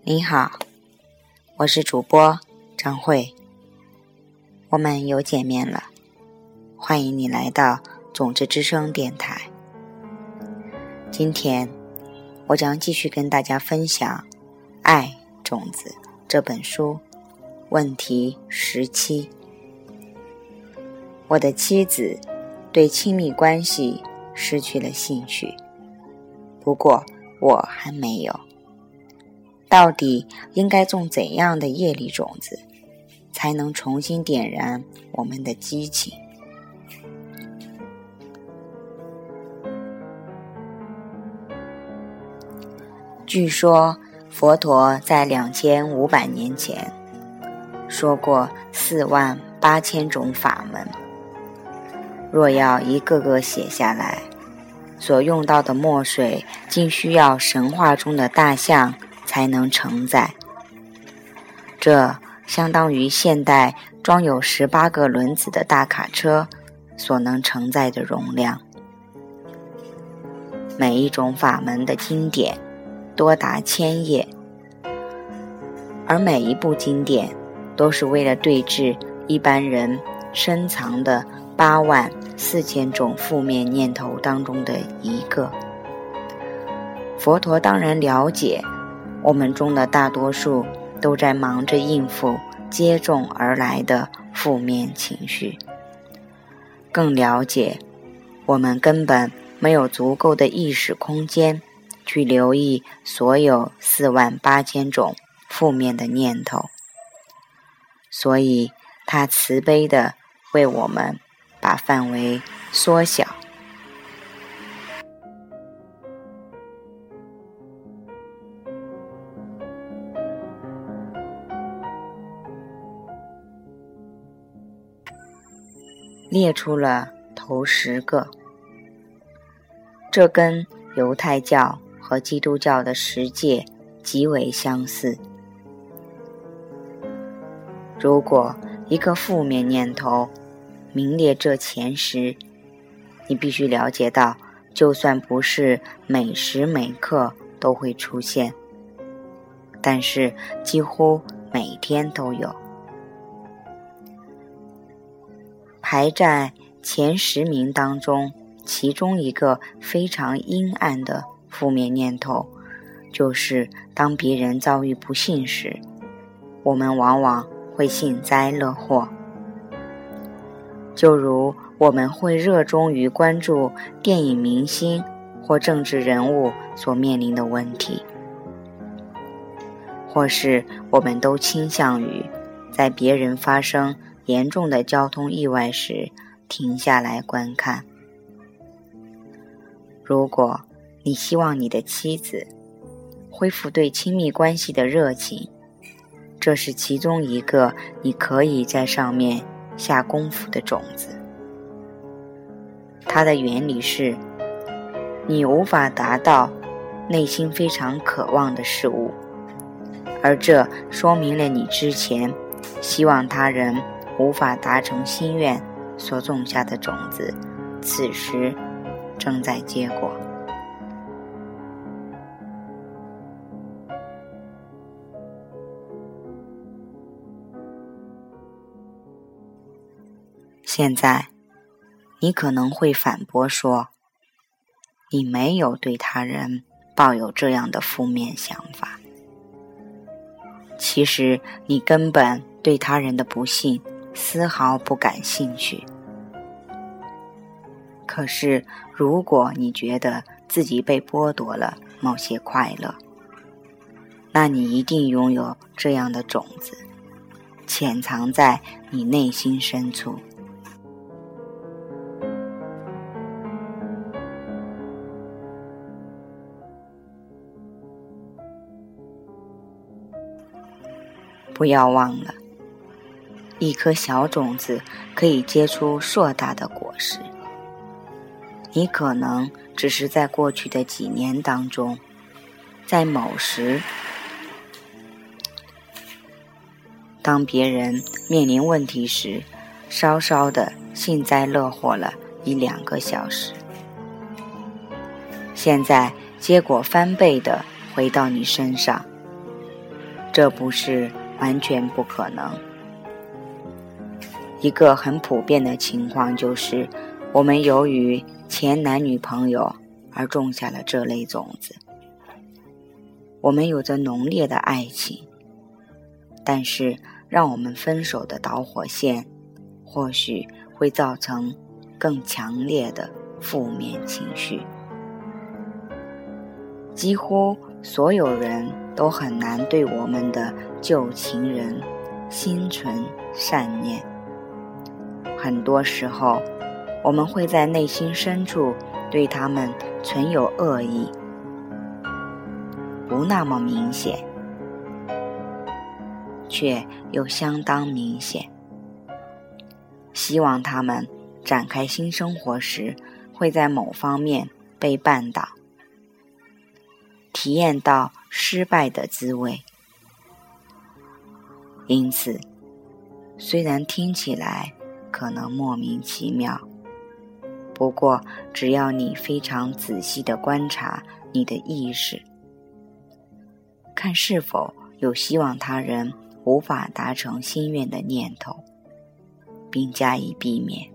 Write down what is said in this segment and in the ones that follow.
你好，我是主播张慧，我们又见面了，欢迎你来到种子之声电台。今天我将继续跟大家分享《爱种子》这本书问题17。我的妻子对亲密关系失去了兴趣，不过我还没有。到底应该种怎样的业力种子，才能重新点燃我们的激情？据说佛陀在2500年前说过48000种法门，若要一个个写下来，所用到的墨水竟需要神话中的大象才能承载，这相当于现代装有18个轮子的大卡车所能承载的容量。每一种法门的经典多达1000页，而每一部经典都是为了对治一般人深藏的84000种负面念头当中的一个。佛陀当然了解我们中的大多数都在忙着应付接踵而来的负面情绪，更了解我们根本没有足够的意识空间去留意所有48000种负面的念头，所以他慈悲地为我们把范围缩小。列出了头10个，这跟犹太教和基督教的10戒极为相似。如果一个负面念头名列这前10，你必须了解到，就算不是每时每刻都会出现，但是几乎每天都有。排在前10名当中，其中一个非常阴暗的负面念头，就是当别人遭遇不幸时，我们往往会幸灾乐祸。就如我们会热衷于关注电影明星或政治人物所面临的问题，或是我们都倾向于在别人发生严重的交通意外时停下来观看。如果你希望你的妻子恢复对亲密关系的热情，这是其中一个你可以在上面下功夫的种子。它的原理是，你无法达到内心非常渴望的事物，而这说明了你之前希望他人无法达成心愿所种下的种子，此时正在结果。现在你可能会反驳说，你没有对他人抱有这样的负面想法。其实你根本对他人的不幸丝毫不感兴趣。可是如果你觉得自己被剥夺了某些快乐，那你一定拥有这样的种子，潜藏在你内心深处。不要忘了，一颗小种子可以结出硕大的果实。你可能只是在过去的几年当中，在某时，当别人面临问题时，稍稍的幸灾乐祸了1-2个小时。现在结果翻倍的回到你身上， 这不是完全不可能。一个很普遍的情况就是，我们由于前男女朋友而种下了这类种子。我们有着浓烈的爱情，但是让我们分手的导火线，或许会造成更强烈的负面情绪。几乎所有人都很难对我们的旧情人心存善念。很多时候，我们会在内心深处对他们存有恶意，不那么明显，却又相当明显。希望他们展开新生活时，会在某方面被绊倒，体验到失败的滋味。因此，虽然听起来可能莫名其妙，不过只要你非常仔细地观察你的意识，看是否有希望他人无法达成心愿的念头，并加以避免，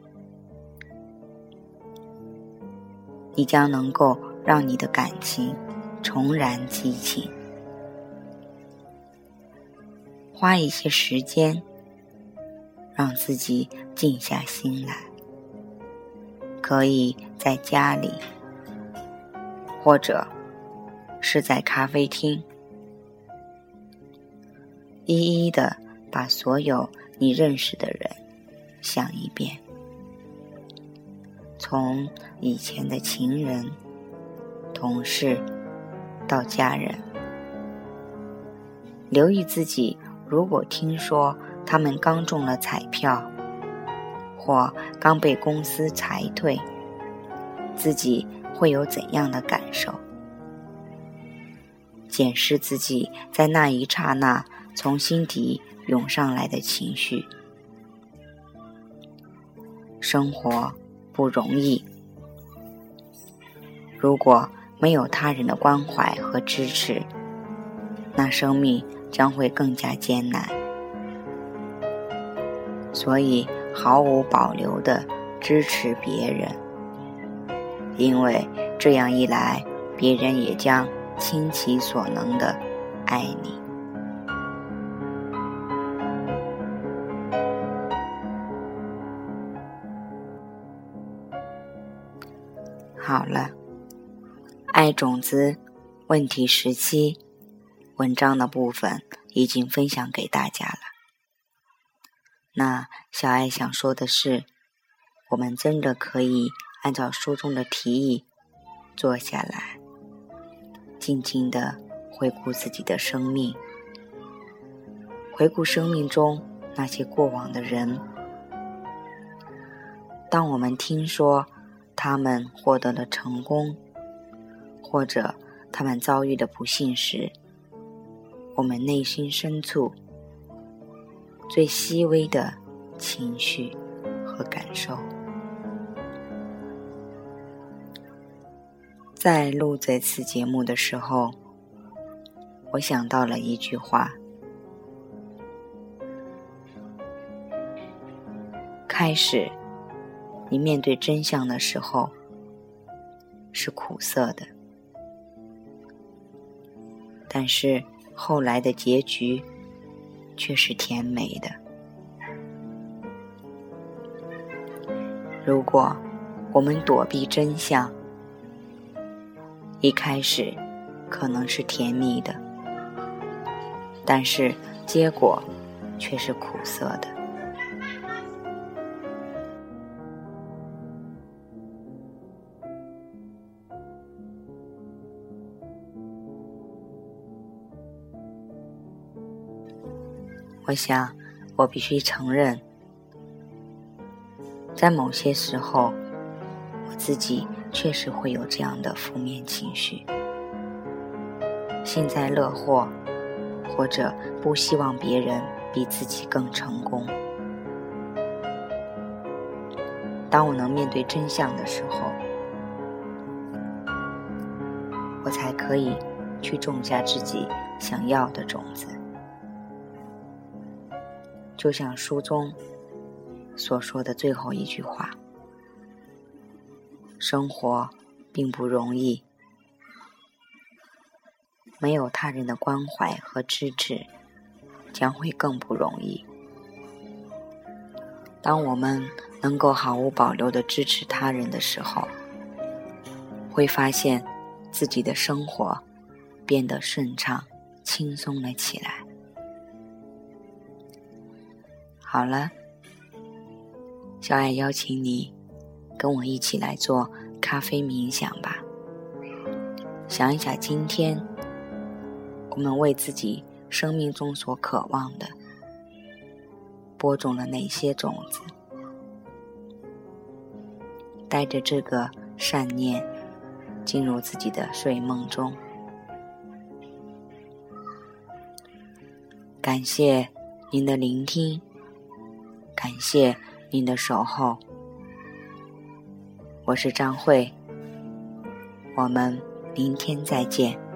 你将能够让你的感情重燃激情。花一些时间，让自己静下心来，可以在家里，或者是在咖啡厅，一一的把所有你认识的人想一遍，从以前的情人、同事到家人，留意自己如果听说他们刚中了彩票，或刚被公司裁退，自己会有怎样的感受？检视自己在那一刹那从心底涌上来的情绪。生活不容易，如果没有他人的关怀和支持，那生命将会更加艰难。所以毫无保留地支持别人，因为这样一来，别人也将倾其所能地爱你。好了，爱种子问题17文章的部分已经分享给大家了。那小爱想说的是，我们真的可以按照书中的提议坐下来，静静地回顾自己的生命，回顾生命中那些过往的人。当我们听说他们获得了成功，或者他们遭遇的不幸时，我们内心深处最细微的情绪和感受。在录这次节目的时候，我想到了一句话：开始你面对真相的时候是苦涩的，但是后来的结局却是甜美的。如果我们躲避真相，一开始可能是甜蜜的，但是结果却是苦涩的。我想，我必须承认，在某些时候，我自己确实会有这样的负面情绪，幸灾乐祸，或者不希望别人比自己更成功。当我能面对真相的时候，我才可以去种下自己想要的种子。就像书中所说的最后一句话，生活并不容易，没有他人的关怀和支持，将会更不容易。当我们能够毫无保留地支持他人的时候，会发现自己的生活变得顺畅、轻松了起来。好了，小爱邀请你跟我一起来做咖啡冥想吧。想一想今天我们为自己生命中所渴望的播种了哪些种子，带着这个善念进入自己的睡梦中。感谢您的聆听，感谢您的守候。我是张慧，我们明天再见。